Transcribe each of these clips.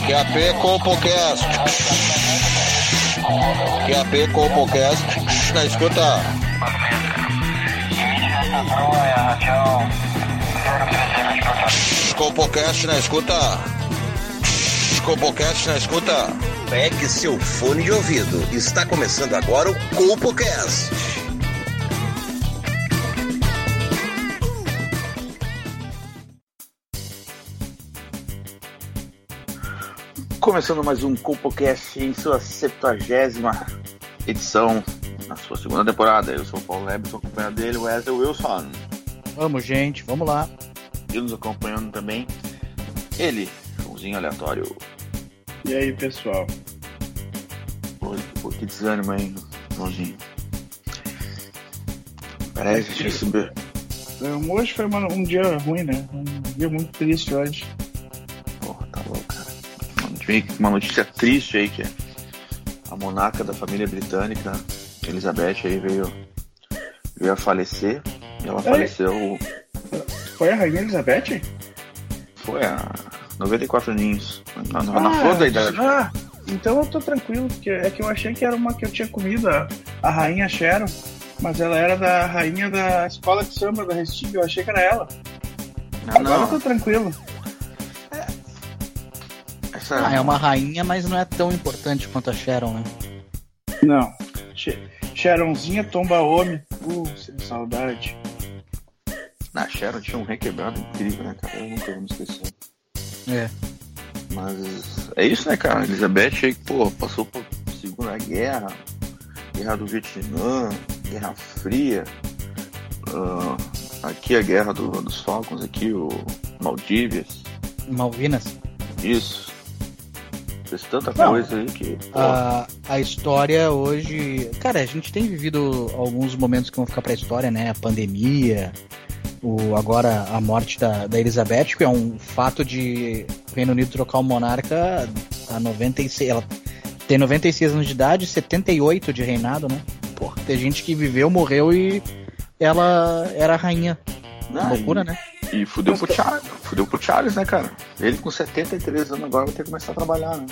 QAP Compocast. QAP Compocast. Na escuta. Compocast na escuta. Compocast na escuta. Pegue seu fone de ouvido. Está começando agora o Compocast. Começando mais um Compocast em sua 70ª edição, na sua segunda temporada. Eu sou o Paulo Leber, sou acompanhado dele, o Wesley Wilson. Vamos, gente, vamos lá. E nos acompanhando também, ele, Joãozinho Aleatório. E aí, pessoal? Pô, que desânimo, hein, Joãozinho? Parece que receber. Hoje foi um dia ruim, né? Um dia muito triste hoje. Porra, tá louco, cara. Uma notícia triste aí, que a monarca da família britânica, Elizabeth, aí veio a falecer. E ela faleceu. Foi a Rainha Elizabeth? Foi há 94 aninhos. Na flor da idade. Então eu tô tranquilo, porque é que eu achei que era uma que eu tinha comido, a Rainha Sharon, mas ela era da rainha da escola de samba da Restinga, eu achei que era ela. Agora eu tô tranquilo. É uma rainha, mas não é tão importante quanto a Sharon, né? Não. Sharonzinha tomba homem. Sem saudade. Na Sharon tinha um requebrado incrível, né, cara? Eu nunca vou me esquecer. É. Mas é isso, né, cara? Elizabeth aí, pô, passou por Segunda Guerra, Guerra do Vietnã, Guerra Fria, aqui a Guerra dos Falcons, aqui o Malvinas. Isso. Fez tanta coisa aí que... A história hoje... Cara, a gente tem vivido alguns momentos que vão ficar pra história, né? A pandemia, agora a morte da Elizabeth, que é um fato de o Reino Unido trocar o monarca a 96... Ela tem 96 anos de idade, 78 de reinado, né? Porra, tem gente que viveu, morreu e ela era a rainha. Loucura, né? E fudeu pro Charles, né, cara? Ele com 73 anos agora vai ter que começar a trabalhar, né?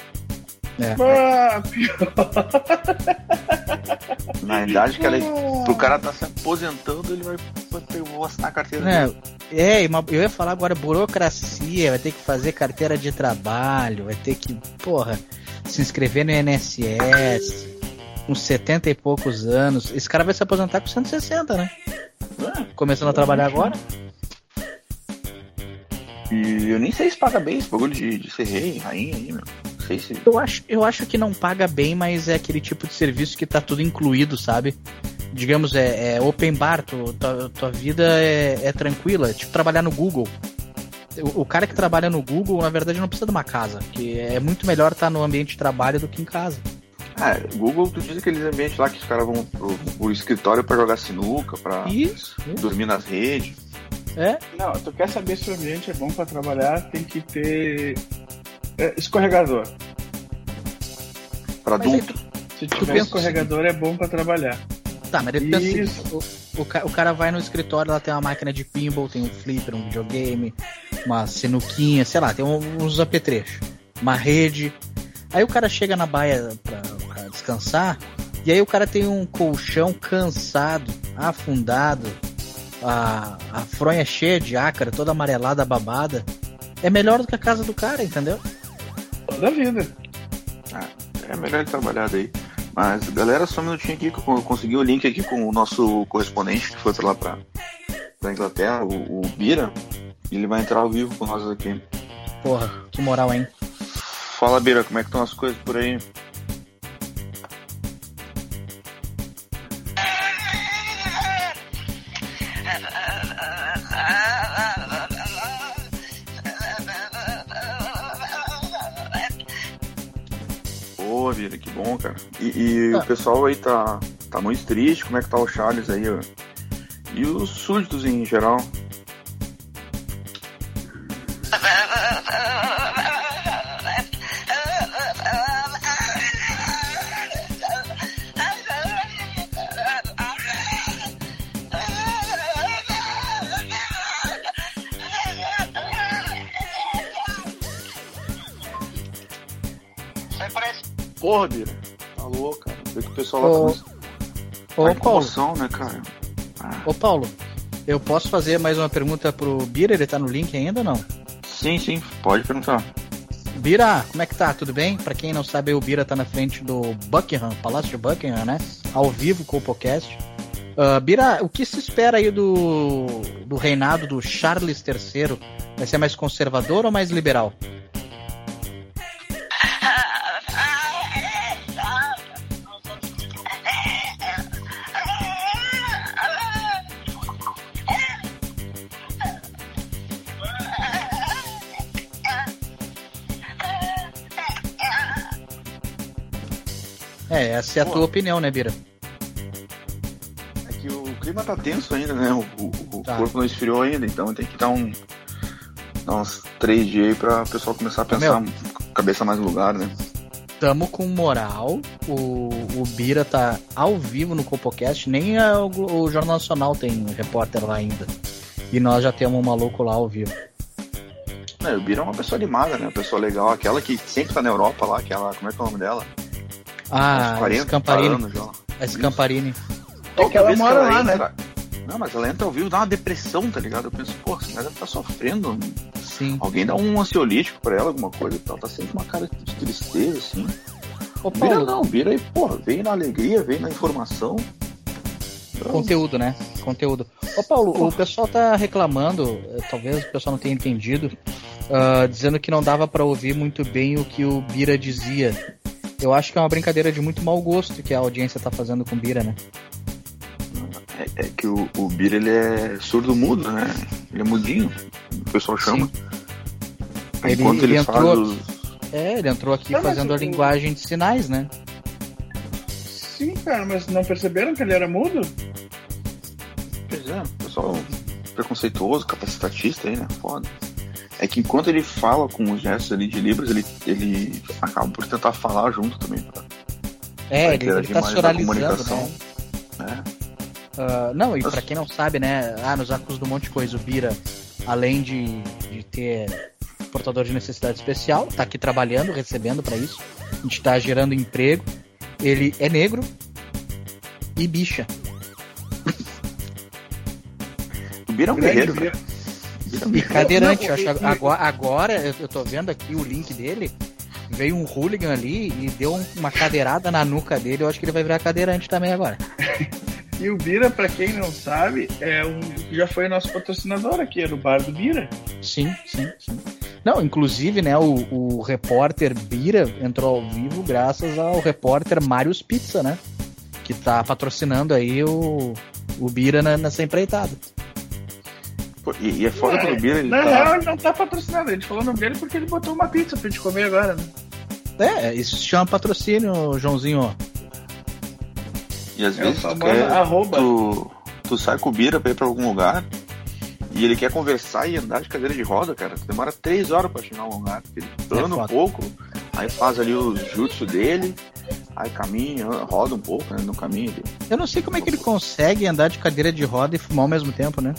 Na idade que pro cara tá se aposentando, ele vai assinar a carteira dele. Eu ia falar agora burocracia, vai ter que fazer carteira de trabalho, vai ter que, se inscrever no INSS, com 70 e poucos anos. Esse cara vai se aposentar com 160, né? Começando a trabalhar agora. E eu nem sei se paga bem esse bagulho de ser rei, rainha aí, meu. Não sei se... Eu acho que não paga bem, mas é aquele tipo de serviço que tá tudo incluído, sabe? Digamos, é open bar, tua vida é tranquila, tipo trabalhar no Google. O cara que trabalha no Google, na verdade, não precisa de uma casa, que é muito melhor estar no ambiente de trabalho do que em casa. Google, tu diz aqueles ambientes lá que os caras vão pro escritório pra jogar sinuca, pra dormir nas redes. Não, tu quer saber se o ambiente é bom pra trabalhar, tem que ter escorregador. Pra adulto. Se tiver escorregador, é bom pra trabalhar. Tá, mas eu penso assim, o cara vai no escritório, lá tem uma máquina de pinball, tem um flipper, um videogame, uma sinuquinha, sei lá, tem uns apetrechos, uma rede. Aí o cara chega na baia pra descansar, e aí o cara tem um colchão cansado, afundado, a fronha cheia de ácara, toda amarelada, babada. É melhor do que a casa do cara, entendeu? Toda a vida. É melhor ele trabalhar daí. Mas, galera, só um minutinho aqui que eu consegui o link aqui com o nosso correspondente que foi pra lá pra Inglaterra, o Bira. E ele vai entrar ao vivo com nós aqui. Porra, que moral, hein? Fala, Bira, como é que estão as coisas por aí? Boa, Bira, que bom, cara. E o pessoal aí tá muito triste, como é que tá o Charles aí, ó? E os súditos em geral? Porra, Bira. Tá louco, cara. Vê que o pessoal lá Ô, Paulo. Né, cara? Ô, Paulo, eu posso fazer mais uma pergunta pro Bira? Ele tá no link ainda ou não? Sim, pode perguntar. Bira, como é que tá? Tudo bem? Pra quem não sabe, o Bira tá na frente do Buckingham, Palácio de Buckingham, né? Ao vivo com o podcast. Bira, o que se espera aí do reinado do Charles III? Vai ser mais conservador ou mais liberal? Essa é a tua opinião, né, Bira? É que o clima tá tenso ainda, né? O corpo não esfriou ainda, então tem que dar uns 3 dias aí pra o pessoal começar a pensar com a cabeça mais no lugar, né? Tamo com moral, o Bira tá ao vivo no CopoCast, nem o Jornal Nacional tem repórter lá ainda. E nós já temos um maluco lá ao vivo. O Bira é uma pessoa animada, né? Uma pessoa legal, aquela que sempre tá na Europa lá, aquela, como é que é o nome dela? Scamparini. A Scamparini. É que ela mora lá, né? Não, mas ela entra ao vivo, dá uma depressão, tá ligado? Eu penso, pô, essa mulher tá sofrendo. Sim. Alguém dá um ansiolítico pra ela, alguma coisa e tal. Tá sempre com uma cara de tristeza, assim. Ô, Paulo, Bira aí, porra, veio na alegria, veio na informação. Conteúdo, né? Conteúdo. Ô, Paulo, o pessoal tá reclamando, talvez o pessoal não tenha entendido, dizendo que não dava pra ouvir muito bem o que o Bira dizia. Eu acho que é uma brincadeira de muito mau gosto que a audiência tá fazendo com o Bira, né? É que o Bira, ele é surdo-mudo, né? Ele é mudinho, o pessoal chama. Enquanto ele entrou, ele entrou aqui fazendo a linguagem de sinais, né? Sim, cara, mas não perceberam que ele era mudo? Pois é, o pessoal preconceituoso, capacitatista aí, né? Foda. É que enquanto ele fala com os gestos ali de Libras, ele acaba por tentar falar junto também. Ele tá se oralizando, né? Não, e pra quem não sabe, né? Nos Arcos do Monte Coisa, o Bira, além de ter portador de necessidade especial, tá aqui trabalhando, recebendo pra isso. A gente tá gerando emprego. Ele é negro e bicha. O Bira é um guerreiro, cara. E cadeirante, agora eu tô vendo aqui o link dele. Veio um hooligan ali e deu uma cadeirada na nuca dele. Eu acho que ele vai virar cadeirante também agora. E o Bira, pra quem não sabe, já foi nosso patrocinador aqui, no bar do Bira. Sim. Não, inclusive, né, o repórter Bira entrou ao vivo graças ao repórter Marius Pizza, né? Que tá patrocinando aí o Bira nessa empreitada. E é foda quando o Bira... Na real, ele não tá patrocinado. A gente falou o nome dele porque ele botou uma pizza pra gente comer agora, né? Isso se chama patrocínio, Joãozinho. E às vezes tu sai com o Bira pra ir pra algum lugar e ele quer conversar e andar de cadeira de roda, cara. Demora 3 horas pra chegar a um lugar. Ele anda um pouco, aí faz ali o jutsu dele, aí caminha, roda um pouco, né, no caminho dele. Eu não sei como é que ele consegue andar de cadeira de roda e fumar ao mesmo tempo, né?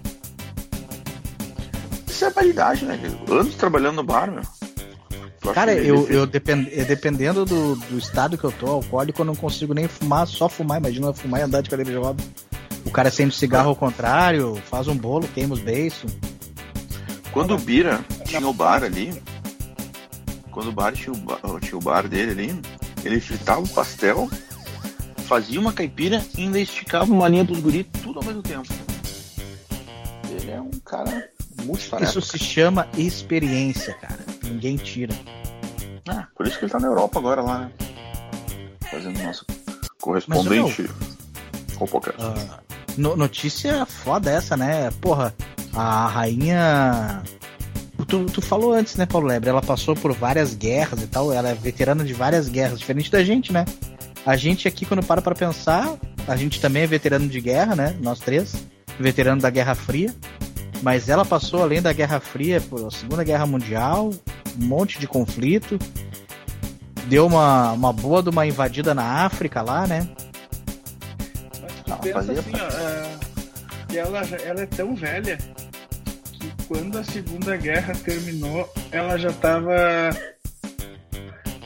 Isso é habilidade, né? Anos trabalhando no bar, meu. Cara, dependendo do estado que eu tô, alcoólico, eu não consigo nem fumar, só fumar. Imagina fumar e andar de cadeira de roda. O cara acende cigarro ao contrário, faz um bolo, queima os beiços. Quando o Bira tinha o bar ali, quando o bar tinha o bar dele ali, ele fritava o pastel, fazia uma caipira e ainda esticava uma linha dos guris, tudo ao mesmo tempo. Ele é um cara multitarefa. Isso se chama experiência, cara. Ninguém tira. Por isso que ele tá na Europa agora lá, né? Fazendo nosso correspondente CopoCast. Notícia foda essa, né? Porra, a rainha... Tu falou antes, né, Paulo Lebre? Ela passou por várias guerras e tal. Ela é veterana de várias guerras, diferente da gente, né? A gente aqui, quando para pra pensar, a gente também é veterano de guerra, né? Nós 3. Veterano da Guerra Fria. Mas ela passou, além da Guerra Fria, por Segunda Guerra Mundial, um monte de conflito. Deu uma boa de uma invadida na África lá, né? Mas tu pensa assim, que ela é tão velha que quando a Segunda Guerra terminou, ela já tava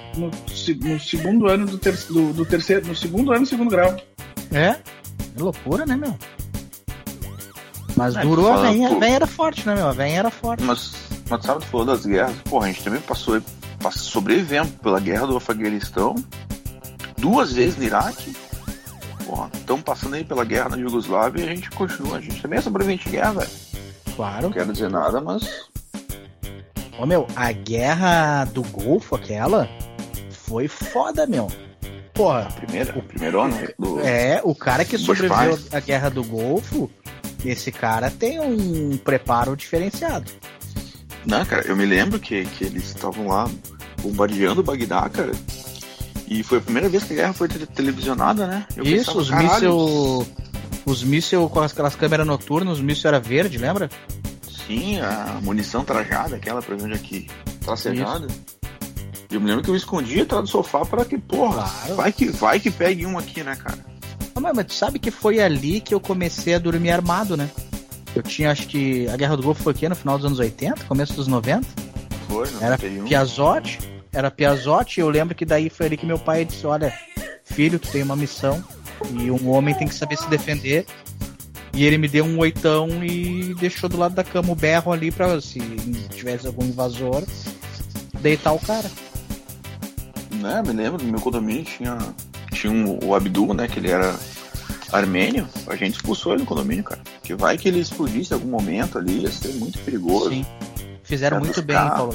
no segundo ano do terceiro, no segundo ano do segundo grau. É loucura, né, meu? Mas durou, a venha era forte, né, meu? A venha era forte. Mas sabe, tu falou das guerras, porra, a gente também sobrevivendo pela guerra do Afeganistão, 2 vezes no Iraque, porra, estamos passando aí pela guerra na Iugoslávia e a gente continua, a gente também é sobrevivente de guerra, velho. Claro. Não quero dizer nada, mas... Ô, meu, a guerra do Golfo, aquela, foi foda, meu. Porra. O primeiro ano do... o cara que sobreviveu à guerra do Golfo, esse cara tem um preparo diferenciado. Não, cara, eu me lembro que eles estavam lá bombardeando o Bagdá, cara. E foi a primeira vez que a guerra foi televisionada, né? Isso, os mísseis com aquelas câmeras noturnas, os mísseis era verde, lembra? Sim, a munição trajada, aquela pra ver onde é que tá cercada. E eu me lembro que eu escondia atrás do sofá pra que, porra, claro. vai que pegue um aqui, né, cara? Mas tu sabe que foi ali que eu comecei a dormir armado, né? Eu tinha, acho que a Guerra do Golfo foi aqui no final dos anos 80, começo dos 90. Foi, Era Piazzotti, eu lembro que daí foi ali que meu pai disse, olha, filho, tu tem uma missão e um homem tem que saber se defender. E ele me deu um 8 e deixou do lado da cama o berro ali pra, se tivesse algum invasor, deitar o cara. Né, me lembro, no meu condomínio tinha o Abdul, né, que ele era armênio, a gente expulsou ele no condomínio, cara. Que vai que ele explodisse em algum momento ali, ia ser muito perigoso. Sim, fizeram muito bem, Paulo.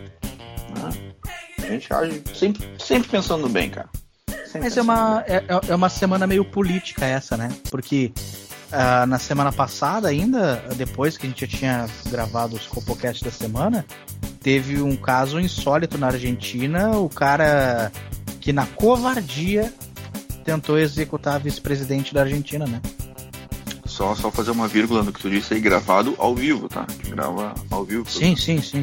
A gente age sempre pensando no bem, cara. Mas é uma semana meio política essa, né? Porque na semana passada ainda, depois que a gente já tinha gravado os Copocast da semana, teve um caso insólito na Argentina, o cara que na covardia tentou executar a vice-presidente da Argentina, né? Só fazer uma vírgula no que tu disse aí, gravado ao vivo, tá? Que grava ao vivo. Sim.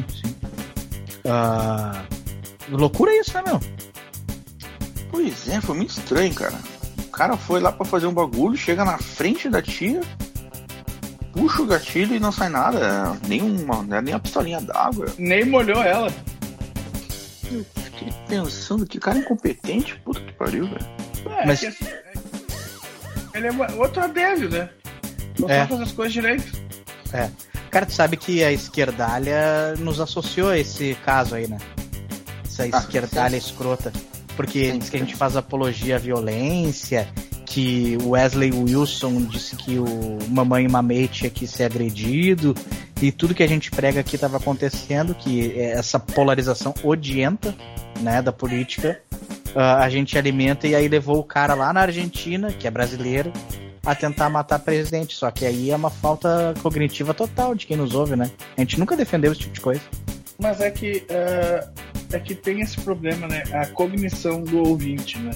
Loucura isso, né, meu? Pois é, foi muito estranho, cara. O cara foi lá pra fazer um bagulho, chega na frente da tia, puxa o gatilho e não sai nada. Não é nem uma pistolinha d'água. Nem molhou ela. Eu fiquei pensando, que cara incompetente, puta que pariu, velho. Mas ele é outro Adélio, né? Não sabe fazer as coisas direito. Cara, tu sabe que a esquerdalha nos associou a esse caso aí, né? Essa esquerdalha escrota. Porque diz que a gente faz apologia à violência, que o Wesley Wilson disse que o Mamãe Mamei tinha que ser agredido, e tudo que a gente prega aqui estava acontecendo, que essa polarização odienta, né, da política, a gente alimenta, e aí levou o cara lá na Argentina, que é brasileiro, a tentar matar presidente. Só que aí é uma falta cognitiva total de quem nos ouve, né? A gente nunca defendeu esse tipo de coisa. Mas é que tem esse problema, né? A cognição do ouvinte, né?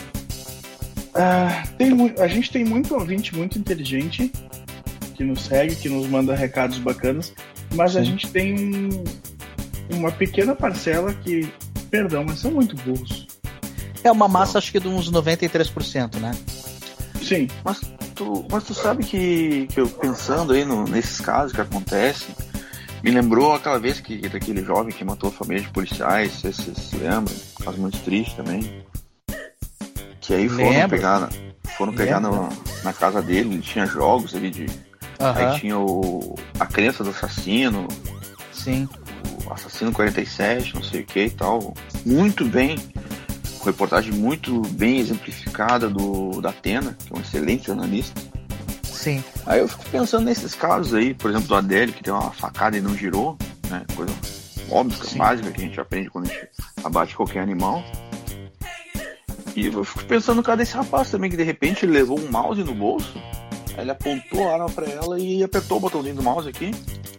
A gente tem muito ouvinte muito inteligente que nos segue, que nos manda recados bacanas, mas a gente tem uma pequena parcela que, perdão, mas são muito burros. É uma massa, acho que de uns 93%, né? Sim. Mas tu sabe que eu pensando aí nesses casos que acontecem, me lembrou aquela vez daquele jovem que matou a família de policiais, vocês se lembram? Um caso muito triste também. Que aí foram pegar na casa dele, ele tinha jogos ali de... Aí tinha a crença do assassino. Sim. O assassino 47, não sei o que e tal. Muito bem. Com reportagem muito bem exemplificada da Atena, que é um excelente jornalista. Sim. Aí eu fico pensando nesses casos aí, por exemplo, do Adélio, que deu uma facada e não girou, né? Coisa óbvia, básica, que a gente aprende quando a gente abate qualquer animal. E eu fico pensando no caso desse rapaz também, que de repente ele levou um mouse no bolso, aí ele apontou a arma pra ela e apertou o botãozinho do mouse aqui.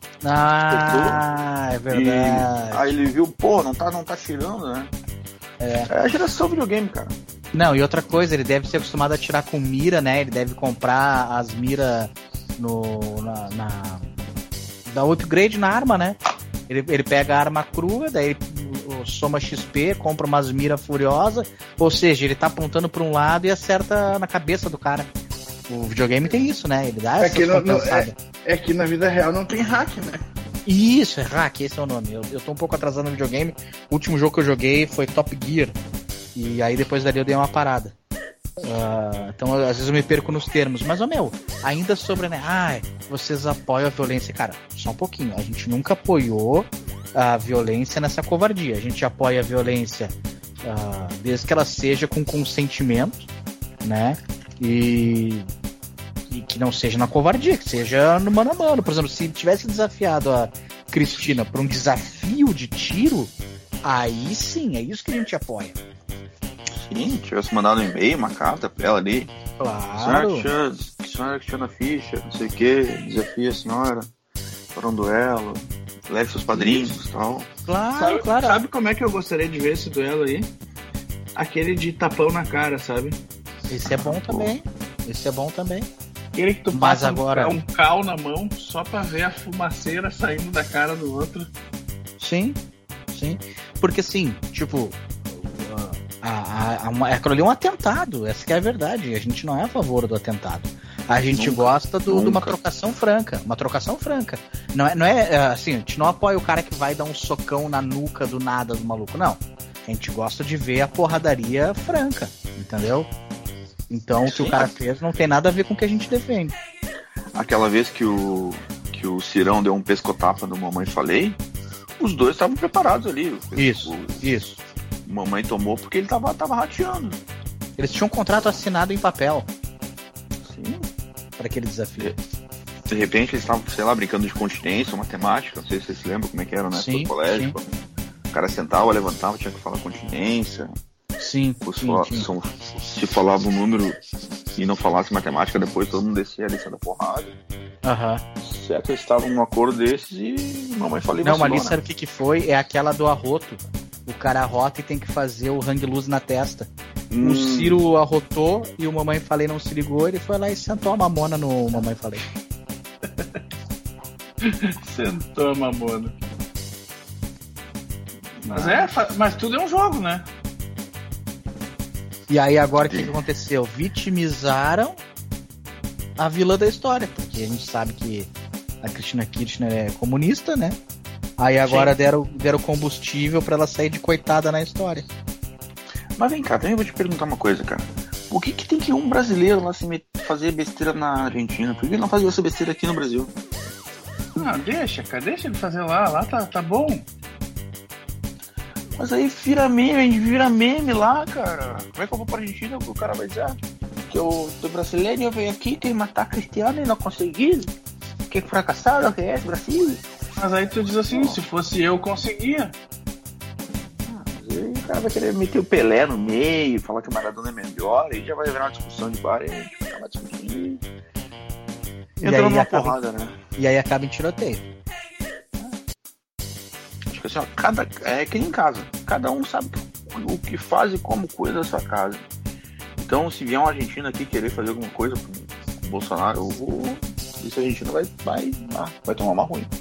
É verdade. E aí ele viu, não tá tirando, né? É a geração videogame, cara. Não, e outra coisa, ele deve ser acostumado a atirar com mira, né? Ele deve comprar as miras dá o upgrade na arma, né? Ele pega a arma crua, daí soma XP, compra umas miras furiosas, ou seja, ele tá apontando pra um lado e acerta na cabeça do cara. O videogame tem isso, né? Ele dá essa compensada. É que na vida real não tem hack, né? Isso, é Hack, esse é o nome. Eu tô um pouco atrasado no videogame. O último jogo que eu joguei foi Top Gear. E aí depois dali eu dei uma parada. Então às vezes eu me perco nos termos. Mas, ainda sobre, né? Vocês apoiam a violência. Cara, só um pouquinho. A gente nunca apoiou a violência nessa covardia. A gente apoia a violência desde que ela seja com consentimento, né? E que não seja na covardia, que seja no mano a mano. Por exemplo, se tivesse desafiado a Cristina por um desafio de tiro, aí sim, é isso que a gente apoia. Sim, tivesse mandado um e-mail, uma carta pra ela ali. Claro. Senhora Cristiana Fischer, não sei o que, desafia a senhora para um duelo, leve seus padrinhos e tal. Claro. Sabe como é que eu gostaria de ver esse duelo aí? Aquele de tapão na cara, sabe? Esse é bom também. Aquele que tu Mas passa agora... um cal na mão só pra ver a fumaceira saindo da cara do outro. Sim. Porque assim, tipo, aquilo ali é um atentado, essa que é a verdade. A gente não é a favor do atentado. A gente gosta de uma trocação franca. Uma trocação franca. Não é assim, a gente não apoia o cara que vai dar um socão na nuca do nada do maluco, não. A gente gosta de ver a porradaria franca, entendeu? Então o que o cara fez não tem nada a ver com o que a gente defende. Aquela vez que o Cirão deu um pescotapa no Mamãe Falei, os dois estavam preparados ali. Isso. Mamãe tomou porque ele tava rateando. Eles tinham um contrato assinado em papel. Sim. Para aquele desafio. De repente eles estavam, sei lá, brincando de continência, matemática, não sei se vocês se lembram como é que era, né? Sim, no colégio. O cara sentava, levantava, tinha que falar continência. Sim. Se falava um número e não falasse matemática, depois todo mundo descia a lista da porrada. Certo, eles estavam num acordo desses e Mamãe Falei. Não, ali sabe o que foi? É aquela do arroto. O cara arrota e tem que fazer o hang loose na testa. O Ciro arrotou e o Mamãe Falei não se ligou. Ele foi lá e sentou a mamona no Mamãe Falei. Sentou a mamona. Mas tudo é um jogo, né? E aí agora o que aconteceu? Vitimizaram a vilã da história, porque a gente sabe que a Cristina Kirchner é comunista, né? Aí agora deram combustível pra ela sair de coitada na história. Mas vem cá, também eu vou te perguntar uma coisa, cara. Por que tem que um brasileiro lá fazer besteira na Argentina? Por que ele não fazia essa besteira aqui no Brasil? Não, deixa ele fazer lá tá bom. Mas aí vira meme lá, cara. Como é que eu vou pra Argentina? O cara vai dizer que eu sou brasileiro e eu venho aqui, tenho que matar Cristiano e não consegui. Que fracassado que é esse Brasil. Mas aí tu diz assim, se fosse eu, conseguia. Mas aí o cara vai querer meter o Pelé no meio, falar que o Maradona é melhor, e já vai virar uma discussão de bar e a gente vai acabar discutindo. Entrando numa porrada, né? E aí acaba em tiroteio. Acho que assim, é que nem em casa. Cada um sabe o que faz e como cuida da sua casa. Então, se vier um argentino aqui querer fazer alguma coisa com o Bolsonaro, eu vou... Esse argentino vai tomar uma ruim.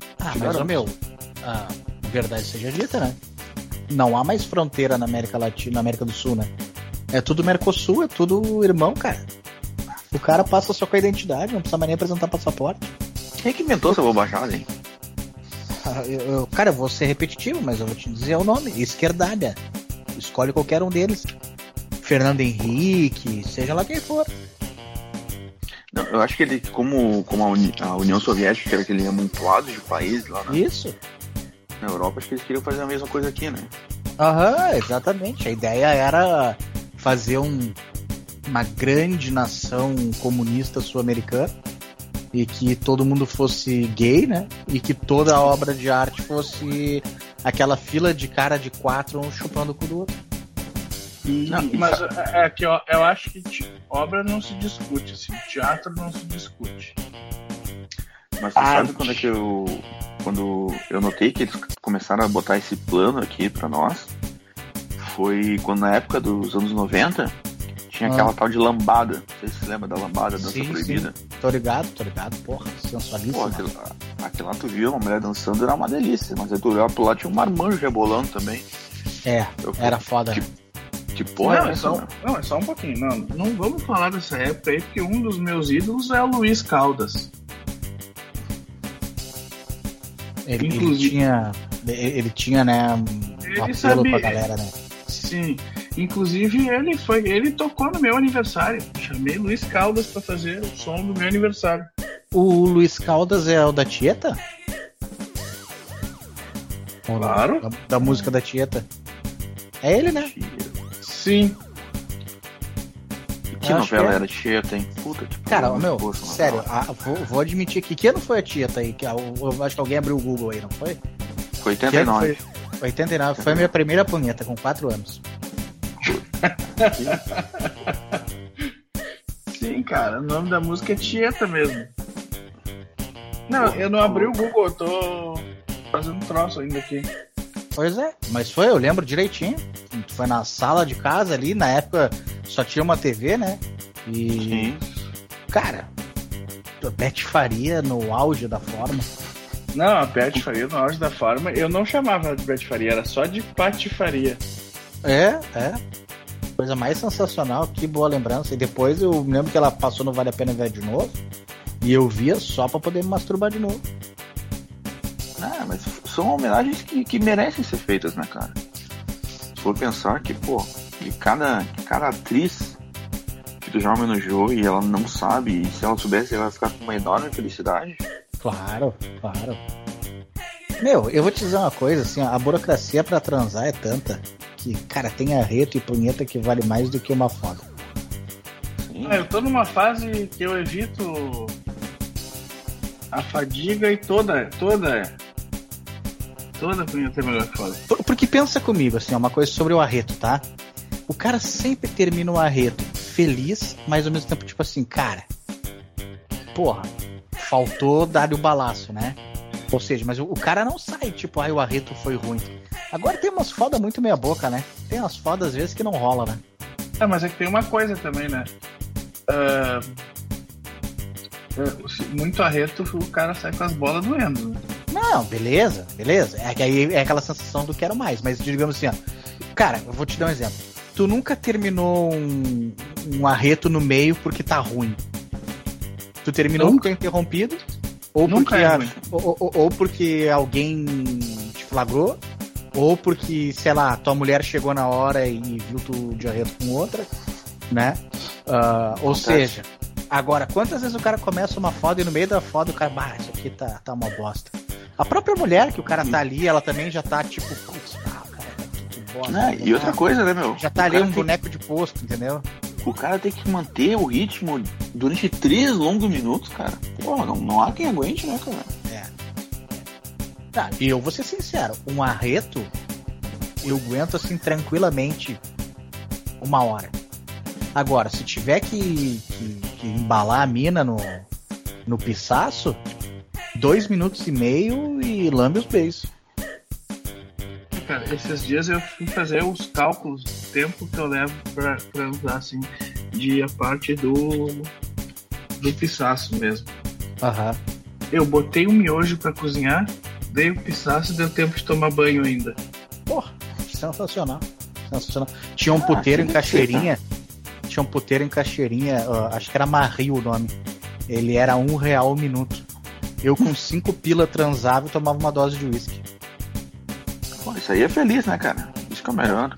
Mas verdade seja dita, né? Não há mais fronteira na América Latina, na América do Sul, né? É tudo Mercosul, é tudo irmão, cara. O cara passa só com a identidade, não precisa mais nem apresentar passaporte. Quem é que inventou essa bobajada, hein? Cara, eu vou ser repetitivo, mas eu vou te dizer o nome. Esquerdalha. Escolhe qualquer um deles. Fernando Henrique, seja lá quem for. Não, eu acho que ele, como a União Soviética era aquele amontoado de países lá na Europa, acho que eles queriam fazer a mesma coisa aqui, né? Exatamente. A ideia era fazer uma grande nação comunista sul-americana e que todo mundo fosse gay, né? E que toda a obra de arte fosse aquela fila de cara de 4 um chupando o cu do outro. Mas é que eu acho que obra não se discute, assim, teatro não se discute. Mas você sabe quando eu notei que eles começaram a botar esse plano aqui pra nós? Foi quando na época dos anos 90 tinha aquela tal de lambada. Não sei se você lembra da lambada, dança proibida. Sim. Tô ligado, porra, sensualíssimo. Aquilo lá tu viu uma mulher dançando, era uma delícia, mas aí tu olhava pro lado, tinha um marmanjo rebolando também. Era foda, né? Que porra é essa? Não, é só um pouquinho. Não vamos falar dessa época aí, porque um dos meus ídolos é o Luiz Caldas. Ele tinha, né, um apelo pra galera, né? Sim. Inclusive, ele tocou no meu aniversário. Chamei Luiz Caldas pra fazer o som do meu aniversário. O Luiz Caldas é o da Tieta? Claro. Da música da Tieta. É ele, né? Sim. Que novela era Tieta, hein? Puta que cara, meu, sério, vou admitir aqui. Que ano foi a Tieta aí? Eu acho que alguém abriu o Google aí, não foi? Foi 89. 89, foi a minha primeira punheta, com 4 anos. Sim, cara, o nome da música é Tieta mesmo. Não, eu não abri o Google, eu tô fazendo um troço ainda aqui. Pois é, mas eu lembro direitinho. Foi na sala de casa ali, na época só tinha uma TV, né? E. Sim. Cara, a Beth Faria no auge da forma. Não, a Beth Faria no auge da forma, eu não chamava de Beth Faria, era só de Patifaria. É. Coisa mais sensacional, que boa lembrança. E depois eu me lembro que ela passou no Vale a Pena Ver de novo. E eu via só pra poder me masturbar de novo. Ah, mas são homenagens que merecem ser feitas, né, cara? Se for pensar que, pô, que cada atriz que tu já homenageou e ela não sabe, e se ela soubesse, ela vai ficar com uma enorme felicidade. Claro. Meu, eu vou te dizer uma coisa, assim, a burocracia pra transar é tanta que, cara, tem arreto e punheta que vale mais do que uma foda. Eu tô numa fase que eu evito a fadiga e toda punheta é melhor que foda. Porque pensa comigo, assim, uma coisa sobre o arreto, tá? O cara sempre termina o arreto feliz, mas ao mesmo tempo, tipo assim, cara, porra, faltou dar o balaço, né? Ou seja, mas o cara não sai, tipo, o arreto foi ruim. Agora tem umas fodas muito meia boca, né? Tem umas fodas às vezes que não rola, né? Mas é que tem uma coisa também, né? Muito arreto, o cara sai com as bolas doendo, né? Não, beleza. É que aí é aquela sensação do quero mais. Mas digamos assim, ó. Cara, eu vou te dar um exemplo. Tu nunca terminou um arreto no meio porque tá ruim. Tu terminou porque é interrompido, ou porque, ou porque alguém te flagrou, ou porque, sei lá, tua mulher chegou na hora e viu tu de arreto com outra, né? Ou seja, agora, quantas vezes o cara começa uma foda e no meio da foda o cara, isso aqui tá uma bosta. A própria mulher que o cara tá ali, ela também já tá tipo, putz, cara, que bosta. E outra coisa, né, meu? Já tá ali um boneco de posto, entendeu? O cara tem que manter o ritmo durante 3 longos minutos, cara. Pô, não há quem aguente, né, cara? Tá, e eu vou ser sincero, um arreto eu aguento assim tranquilamente 1 hora. Agora, se tiver que embalar a mina no pisaço, 2 minutos e meio e lambe os beijos. Cara, esses dias eu fui fazer os cálculos do tempo que eu levo pra usar, assim, de a parte do pisaço mesmo. Aham. Eu botei um miojo pra cozinhar, dei o pisaço e deu tempo de tomar banho ainda. Porra, sensacional. Tinha um puteiro em Cachoeirinha. Acho que era Marrio o nome. Ele era R$1 o minuto. Eu com 5 pila transava e tomava uma dose de uísque. Pô, isso aí é feliz, né, cara? Isso que é melhor.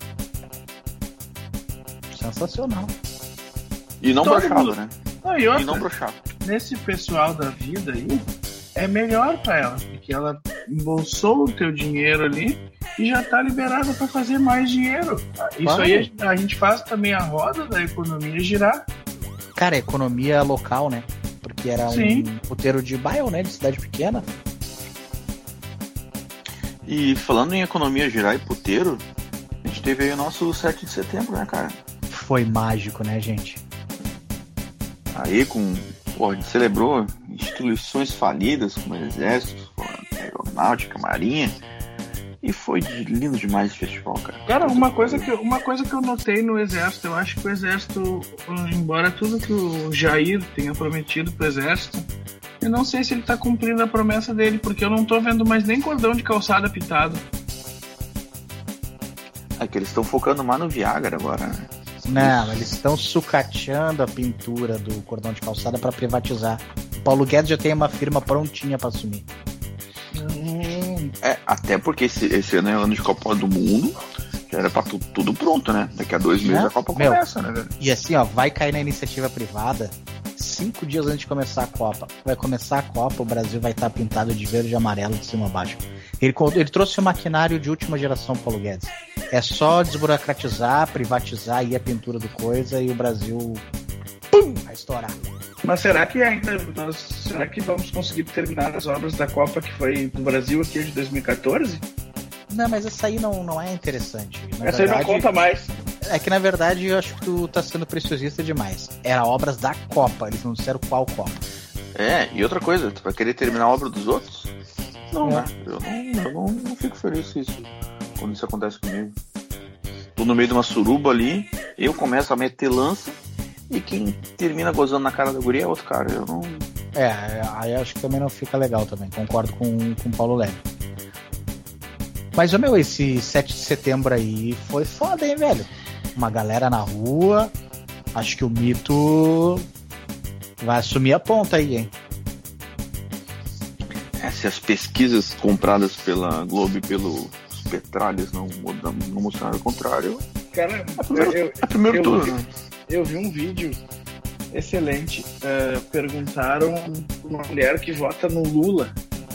Sensacional. E não broxava, né? E não broxava. Nesse pessoal da vida aí, é melhor pra ela, porque ela embolsou o teu dinheiro ali e já tá liberada pra fazer mais dinheiro. Isso aí a gente faz também a roda da economia girar. Cara, economia local, né? Porque era um puteiro de bairro, né? De cidade pequena. E falando em economia girar e puteiro, a gente teve aí o nosso 7 de setembro, né, cara? Foi mágico, né, gente? Aí a gente celebrou instituições falidas como Exército, Aeronáutica, Marinha. E foi lindo demais esse festival, cara. Cara, uma coisa que eu notei no Exército, eu acho que o Exército, embora tudo que o Jair tenha prometido pro Exército, eu não sei se ele tá cumprindo a promessa dele, porque eu não tô vendo mais nem cordão de calçada pintado. É que eles estão focando mais no Viagra agora, né? Não, eles estão sucateando a pintura do cordão de calçada pra privatizar. O Paulo Guedes já tem uma firma prontinha pra assumir. Até porque esse ano é ano de Copa do Mundo, já era pra tudo pronto, né? Daqui a 2 meses a Copa começa, né, velho? E assim, ó, vai cair na iniciativa privada 5 dias antes de começar a Copa. Vai começar a Copa, o Brasil vai estar pintado de verde e amarelo de cima a baixo. Ele trouxe o maquinário de última geração, Paulo Guedes. É só desburocratizar, privatizar aí a pintura do coisa e o Brasil vai estourar. Mas será que será que vamos conseguir terminar as obras da Copa que foi do Brasil aqui de 2014? Não, mas essa aí não é interessante. Essa aí não conta mais. É que na verdade eu acho que tu tá sendo preciosista demais. Era obras da Copa, eles não disseram qual Copa. E outra coisa, tu vai querer terminar a obra dos outros? Não, né? Eu não fico feliz com isso, quando isso acontece comigo. Tô no meio de uma suruba ali, eu começo a meter lança e quem termina gozando na cara da guria é outro cara. Eu não. Aí acho que também não fica legal também. Concordo com o Paulo Leme. Mas, esse 7 de setembro aí foi foda, hein, velho? Uma galera na rua. Acho que o mito vai assumir a ponta aí, hein? Se as pesquisas compradas pela Globo e pelos Petralhas não mostraram o contrário. Cara, primeiro turno, né? Eu vi um vídeo excelente. Perguntaram uma mulher que vota no Lula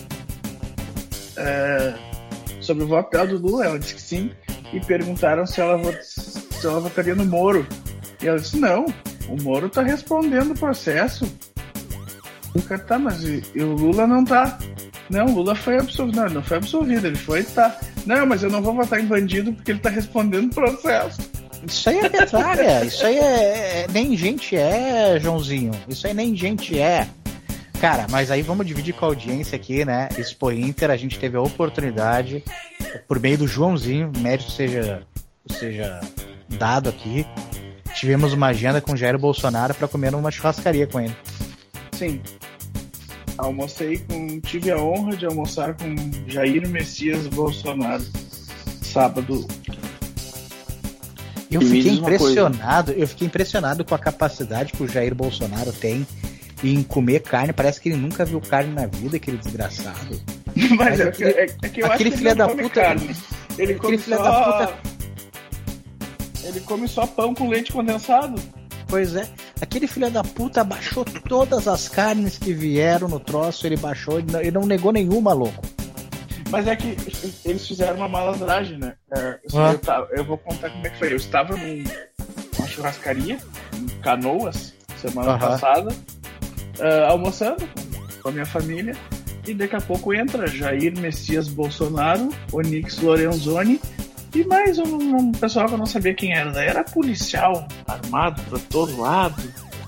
sobre o voto dela do Lula. Ela disse que sim. E perguntaram se ela votaria no Moro. E ela disse: não, o Moro tá respondendo o processo. Nunca tá, mas o Lula não tá. Não, o Lula foi absolvido. Não foi absolvido, ele foi, tá. Não, mas eu não vou votar em bandido porque ele tá respondendo o processo. Isso aí é petralha, isso aí nem gente Joãozinho. Isso aí nem gente Cara, mas aí vamos dividir com a audiência aqui, né? Expo Inter, a gente teve a oportunidade, por meio do Joãozinho, mérito seja dado aqui, tivemos uma agenda com Jair Bolsonaro para comer numa churrascaria com ele. Sim. Tive a honra de almoçar com Jair Messias Bolsonaro sábado. Eu fiquei impressionado com a capacidade que o Jair Bolsonaro tem em comer carne. Parece que ele nunca viu carne na vida, aquele desgraçado. Mas é que eu acho que ele filho da come puta, carne. Ele come só pão com leite condensado. Pois é. Aquele filho da puta baixou todas as carnes que vieram no troço, ele baixou, ele não negou nenhuma, louco. Mas é que eles fizeram uma malandragem, né? Eu vou contar como é que foi. Eu estava numa churrascaria, em Canoas, semana passada, almoçando com a minha família, e daqui a pouco entra Jair Messias Bolsonaro, Onyx Lorenzoni, e mais um pessoal que eu não sabia quem era. Daí era policial, armado pra todo lado.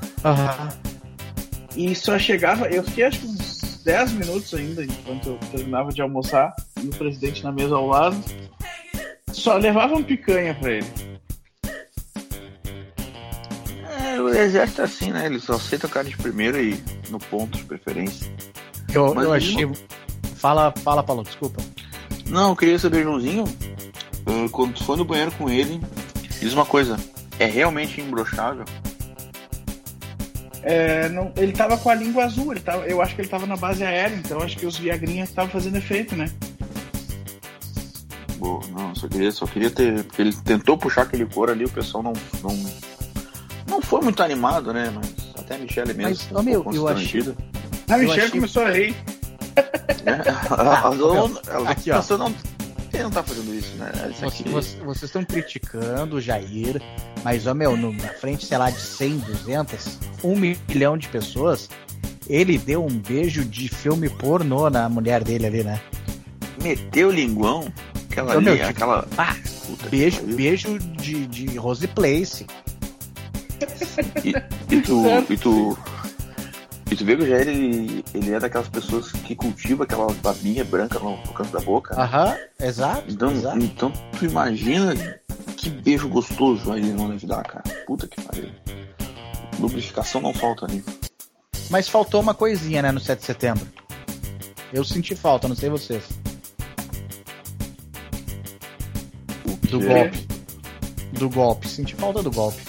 E só chegava... Eu fiquei acho que uns 10 minutos ainda, enquanto eu terminava de almoçar, e o presidente na mesa ao lado. Só levavam picanha pra ele. O exército é assim, né? Eles só aceitam carne de primeiro e no ponto de preferência. Eu achei... Fala, Paulo, desculpa. Não, eu queria saber, Joãozinho... Quando tu foi no banheiro com ele, diz uma coisa, é realmente imbrochável? Não, ele tava com a língua azul, eu acho que ele tava na base aérea, então acho que os viagrinhas estavam fazendo efeito, né? Boa, não, só queria ter, porque ele tentou puxar aquele couro ali, o pessoal não foi muito animado, né? Mas até a Michelle mesmo. Mas, eu achei... A Michelle começou a rir. Ela aqui, ó. Ele não tá fazendo isso, né? Vocês estão criticando o Jair, mas, na frente, sei lá, de 100, 200, 1 milhão de pessoas, ele deu um beijo de filme pornô na mulher dele ali, né? Meteu o linguão? Beijo de Rose Place. E tu vê que o Jair, ele é daquelas pessoas que cultiva aquela babinha branca no canto da boca. Exato. Então tu imagina que beijo gostoso aí ele não deve dar, cara. Puta que pariu. Lubrificação não falta ali. Mas faltou uma coisinha, né, no 7 de setembro. Eu senti falta, não sei vocês. Do golpe. Senti falta do golpe.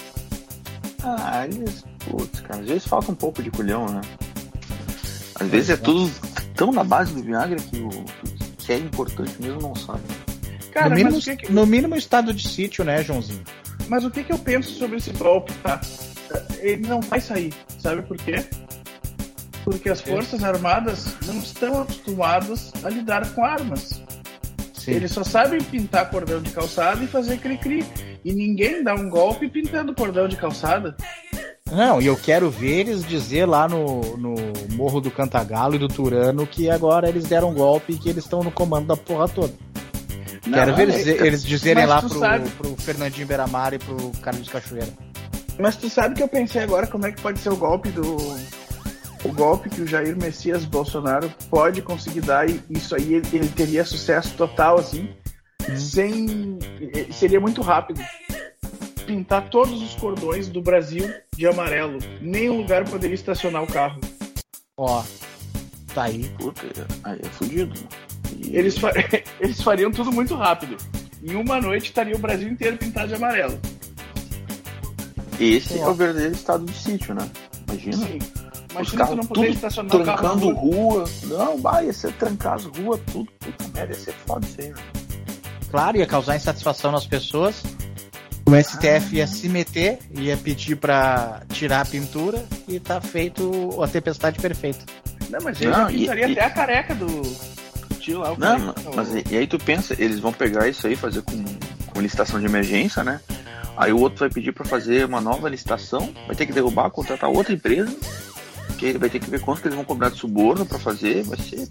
Putz, cara, às vezes falta um pouco de culhão, né? Às vezes é tudo tão na base do Viagra que que é importante mesmo não sabe. Cara, no mínimo estado de sítio, né, Joãozinho? Mas o que eu penso sobre esse golpe, tá? Ele não vai sair, sabe por quê? Porque as Forças Armadas não estão acostumadas a lidar com armas. Sim. Eles só sabem pintar cordão de calçada e fazer cri-cri. E ninguém dá um golpe pintando cordão de calçada. Não, e eu quero ver eles dizer lá no Morro do Cantagalo e do Turano que agora eles deram um golpe e que eles estão no comando da porra toda. Não, quero ver eles dizerem lá pro Fernandinho Beiramar e pro Carlos Cachoeira. Mas tu sabe que eu pensei agora como é que pode ser o golpe que o Jair Messias Bolsonaro pode conseguir dar, e isso aí ele teria sucesso total, assim, seria muito rápido. Pintar todos os cordões do Brasil de amarelo. Nenhum lugar poderia estacionar o carro. Ó, tá aí. Puta, aí é fudido. Eles fariam tudo muito rápido. Em uma noite estaria o Brasil inteiro pintado de amarelo. Esse é o verdadeiro estado de sítio, né? Imagina. Sim. Imagina tu não poder estacionar o carro. Trancando rua. Não, ia ser trancar as ruas, tudo. Puta merda, ia ser foda isso aí, né? Claro, ia causar insatisfação nas pessoas. O STF ia se meter, ia pedir pra tirar a pintura e tá feito a tempestade perfeita. Não, mas ele pintaria até a careca do tio lá. Mas e aí tu pensa, eles vão pegar isso aí, fazer com licitação de emergência, né? Aí o outro vai pedir pra fazer uma nova licitação, vai ter que derrubar, contratar outra empresa, que ele vai ter que ver quanto que eles vão cobrar de suborno pra fazer, vai ser...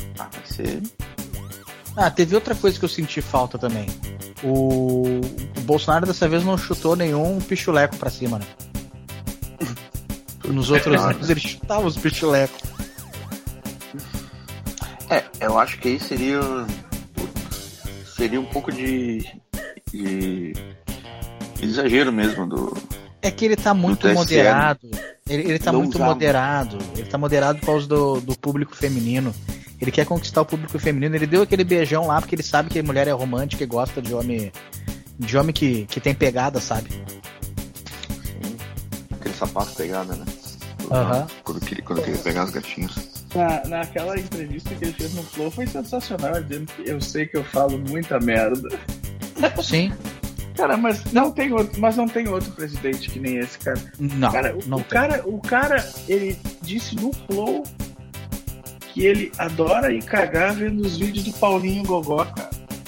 teve outra coisa que eu senti falta também. O Bolsonaro dessa vez não chutou nenhum pichuleco pra cima, né? Nos outros anos ele chutava os pichulecos. Eu acho que aí seria um pouco de exagero mesmo do... É que ele tá muito moderado. Ele tá muito moderado. Ele tá moderado por causa do público feminino. Ele quer conquistar o público feminino. Ele deu aquele beijão lá porque ele sabe que a mulher é romântica e gosta de homem que tem pegada, sabe? Sim. Aquele sapato pegada, né? Quando queria pegar as gatinhas. Naquela entrevista que ele fez no Flow foi sensacional, dizendo que eu sei que eu falo muita merda. Sim. Cara, mas não tem outro presidente que nem esse, cara. Não. Cara, o cara, ele disse no Flow que ele adora ir cagar vendo os vídeos do Paulinho Gogó, cara.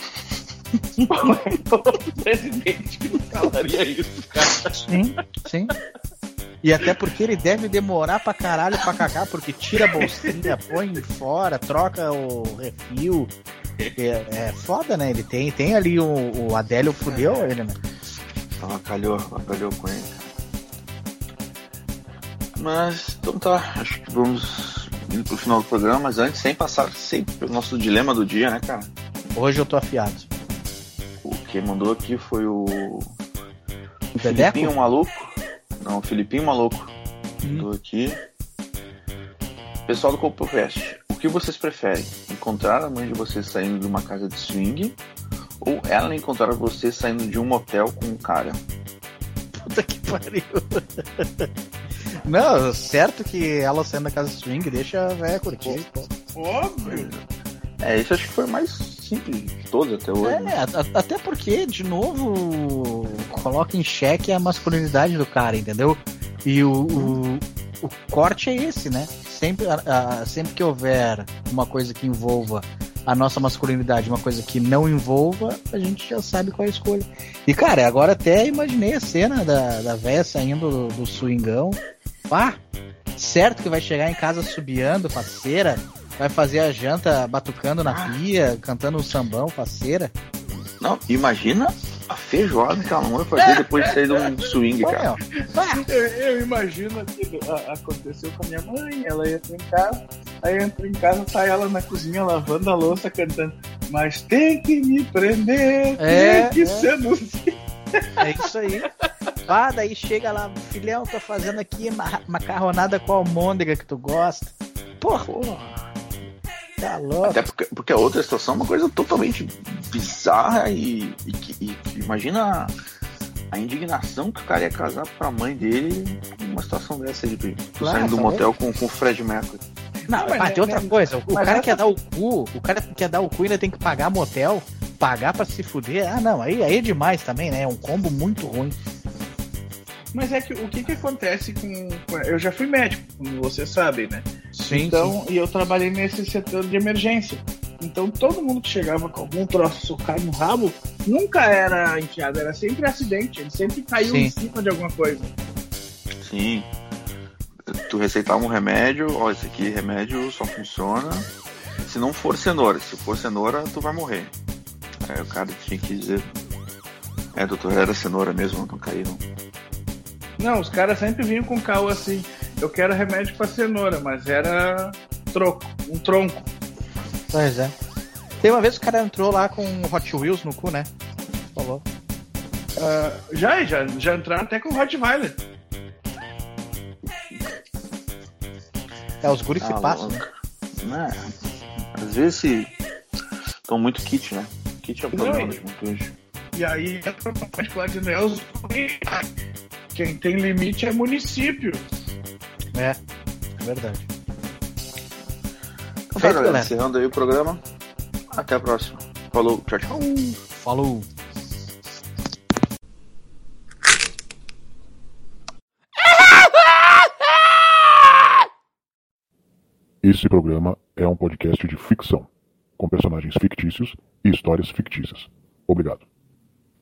Todo presidente que não falaria isso, cara. Sim. E até porque ele deve demorar pra caralho pra cagar, porque tira a bolsinha, põe fora, troca o refil. É foda, né? Ele tem ali o Adélio fudeu ele, né? Acalhou com ele. Mas, então tá, acho que vamos indo pro final do programa, mas antes, sem passar sempre pelo nosso dilema do dia, né, cara? Hoje eu tô afiado. O que mandou aqui foi o Dedeco? Filipinho Maluco. Não, o Filipinho Maluco. Mandou aqui. Pessoal do CopoCast, o que vocês preferem? Encontrar a mãe de vocês saindo de uma casa de swing ou ela encontrar você saindo de um motel com um cara? Puta que pariu. Não, certo que ela saindo da casa de swing deixa a véia curtir. Óbvio. Isso acho que foi mais simples de todos até hoje. Até porque, de novo, coloca em xeque a masculinidade do cara, entendeu? E o corte é esse, né? Sempre que houver uma coisa que envolva a nossa masculinidade, uma coisa que não envolva, a gente já sabe qual é a escolha. E, cara, agora até imaginei a cena da véia saindo do swingão. Certo que vai chegar em casa subiando, faceira, vai fazer a janta batucando na pia, cantando um sambão, faceira. Não, imagina a feijoada que ela não vai fazer depois de sair de um swing, cara. Eu imagino que aconteceu com a minha mãe, ela entra em casa, aí entra em casa, tá ela na cozinha lavando a louça, cantando, mas tem que me prender, tem que seduzir. É isso aí. Daí chega lá, filhão, tô fazendo aqui macarronada com almôndega que tu gosta. Porra. Tá louco. Até porque a outra situação é uma coisa totalmente bizarra e imagina a indignação que o cara ia casar pra mãe dele numa situação dessa de saindo do motel com o Fred Mercury. Não, mas tem outra coisa. O cara quer dar o cu, ainda tem que pagar motel, pagar pra se fuder. Ah, não, aí é demais também, né? É um combo muito ruim. Mas é que o que acontece com. Eu já fui médico, como vocês sabem, né? Sim. Então, e eu trabalhei nesse setor de emergência. Então todo mundo que chegava com algum troço socado no rabo nunca era enfiado, era sempre acidente, ele sempre caiu em cima de alguma coisa. Sim. Tu receitava um remédio, ó, esse aqui remédio só funciona se não for cenoura. Se for cenoura, tu vai morrer. Aí o cara tinha que dizer, doutor, era cenoura mesmo, não caí não. Não, os caras sempre vinham com caô assim, eu quero remédio pra cenoura, mas era um tronco. Pois é. Tem uma vez que o cara entrou lá com Hot Wheels no cu, né? Falou. Já entraram até com Rottweiler. Os guris se passam. Né? Às vezes estão muito kit, né? Kit é o problema de muito hoje. E aí é particular de Neus. Quem tem limite é município. É verdade. Então, galera, encerrando aí o programa. Até a próxima. Falou, tchau, tchau. Falou. Esse programa é um podcast de ficção, com personagens fictícios e histórias fictícias. Obrigado.